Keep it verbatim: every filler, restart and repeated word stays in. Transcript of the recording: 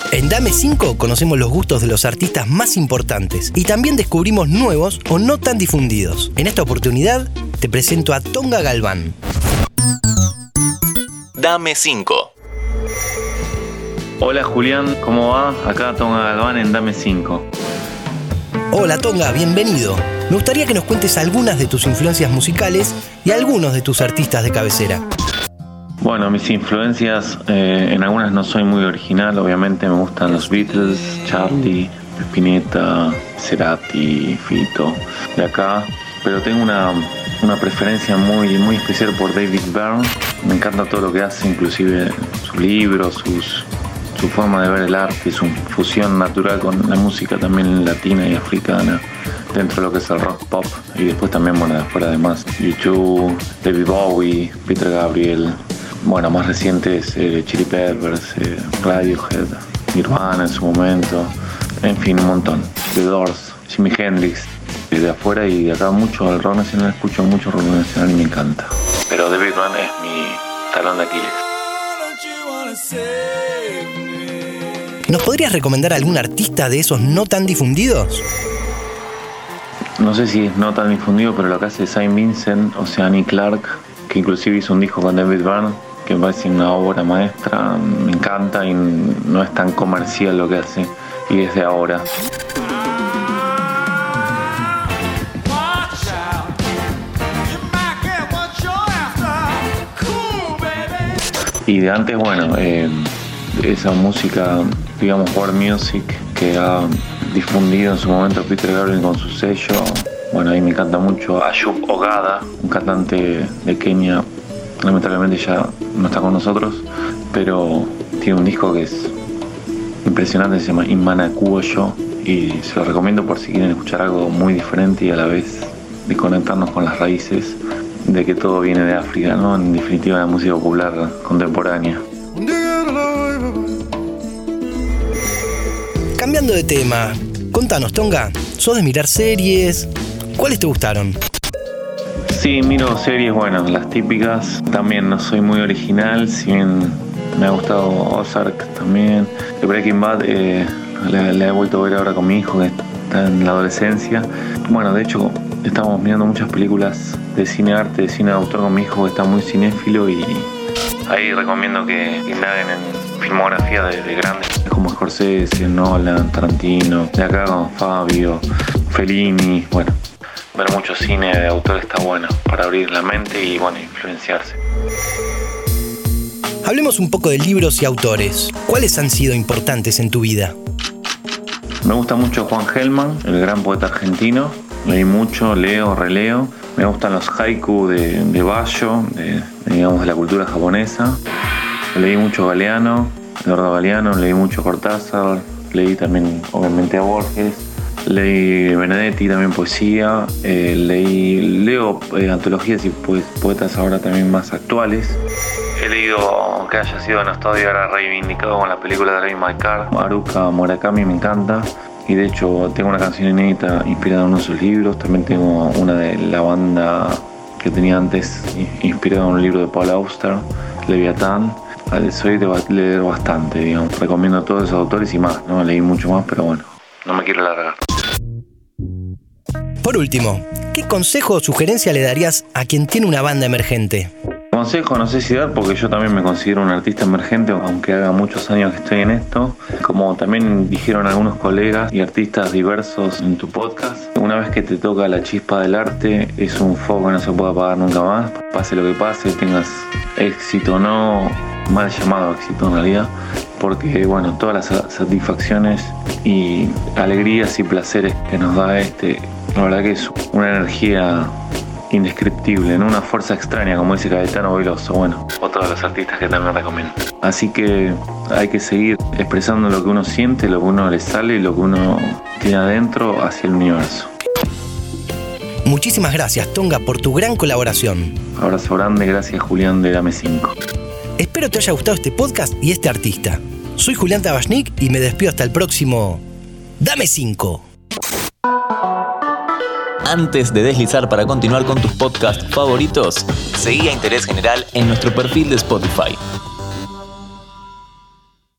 En Dame cinco conocemos los gustos de los artistas más importantes y también descubrimos nuevos o no tan difundidos. En esta oportunidad te presento a Tonga Galván. Dame cinco. Hola Julián, ¿cómo va? Acá Tonga Galván en Dame cinco. Hola Tonga, bienvenido. Me gustaría que nos cuentes algunas de tus influencias musicales y algunos de tus artistas de cabecera. Bueno, mis influencias, eh, en algunas no soy muy original, obviamente me gustan los Beatles, Charlie, Spinetta, Cerati, Fito, de acá, pero tengo una, una preferencia muy, muy especial por David Byrne. Me encanta todo lo que hace, inclusive sus libros, sus, su forma de ver el arte y su fusión natural con la música también latina y africana, dentro de lo que es el rock pop, y después también, bueno, de afuera además, U dos, David Bowie, Peter Gabriel. Bueno, más recientes, eh, Chili Peppers, eh, Radiohead, Nirvana en su momento, en fin, un montón. The Doors, Jimi Hendrix, de afuera y de acá mucho el rock nacional, escucho mucho rock nacional y me encanta. Pero David Byrne es mi talón de Aquiles. ¿Nos podrías recomendar algún artista de esos no tan difundidos? No sé si es no tan difundido, pero lo que hace Saint Vincent, o sea, Annie Clark, que inclusive hizo un disco con David Byrne, que me parece una obra maestra, me encanta y no es tan comercial lo que hace, y desde ahora. Y de antes, bueno, eh, esa música, digamos, world music, que ha difundido en su momento Peter Gabriel con su sello. Bueno, ahí me encanta mucho Ayub Ogada, un cantante de Kenia, lamentablemente ya no está con nosotros, pero tiene un disco que es impresionante, se llama Imana Kuoyo, y se lo recomiendo por si quieren escuchar algo muy diferente y a la vez de conectarnos con las raíces de que todo viene de África, ¿no? En definitiva, la música popular contemporánea. Cambiando de tema, contanos, Tonga, ¿sos de mirar series? ¿Cuáles te gustaron? Sí, miro series, bueno, las típicas. También no soy muy original, si bien me ha gustado Ozark también. The Breaking Bad eh, la, la he vuelto a ver ahora con mi hijo, que está en la adolescencia. Bueno, de hecho, estamos mirando muchas películas de cine arte, de cine de autor con mi hijo, que está muy cinéfilo, y ahí recomiendo que indaguen en filmografía de, de grandes, como Scorsese, Nolan, Tarantino, de acá con Fabio, Fellini, bueno. Ver mucho cine de autor está bueno para abrir la mente y, bueno, influenciarse. Hablemos un poco de libros y autores. ¿Cuáles han sido importantes en tu vida? Me gusta mucho Juan Gelman, el gran poeta argentino. Leí mucho, leo, releo. Me gustan los haiku de, de Bayo, de, digamos, de la cultura japonesa. Leí mucho Galeano, Eduardo Galeano, leí mucho Cortázar. Leí también, obviamente, a Borges. Leí Benedetti, también poesía, eh, leí, leo eh, antologías y pues, poetas ahora también más actuales. He leído, que haya sido Nostalgia ahora reivindicado con la película de Drive My Car. Haruka Murakami me encanta, y de hecho tengo una canción inédita inspirada en uno de sus libros. También tengo una de la banda que tenía antes, inspirada en un libro de Paul Auster, Leviatán. Soy de leer bastante, digamos. Recomiendo a todos esos autores y más, ¿no? Leí mucho más, pero bueno, no me quiero alargar. Por último, ¿qué consejo o sugerencia le darías a quien tiene una banda emergente? Consejo no sé si dar, porque yo también me considero un artista emergente, aunque haga muchos años que estoy en esto. Como también dijeron algunos colegas y artistas diversos en tu podcast, una vez que te toca la chispa del arte, es un fuego que no se puede apagar nunca más. Pase lo que pase, tengas éxito o no, mal llamado éxito en realidad, porque bueno, todas las satisfacciones y alegrías y placeres que nos da este, la verdad que es una energía indescriptible, ¿no? Una fuerza extraña, como dice Caetano Veloso, bueno, otro de los artistas que también recomiendo. Así que hay que seguir expresando lo que uno siente, lo que uno le sale, lo que uno tiene adentro hacia el universo. Muchísimas gracias, Tonga, por tu gran colaboración. Abrazo grande, gracias Julián de Dame cinco. Espero te haya gustado este podcast y este artista. Soy Julián Tabachnik y me despido hasta el próximo Dame cinco. Antes de deslizar para continuar con tus podcasts favoritos, seguí a Interés General en nuestro perfil de Spotify.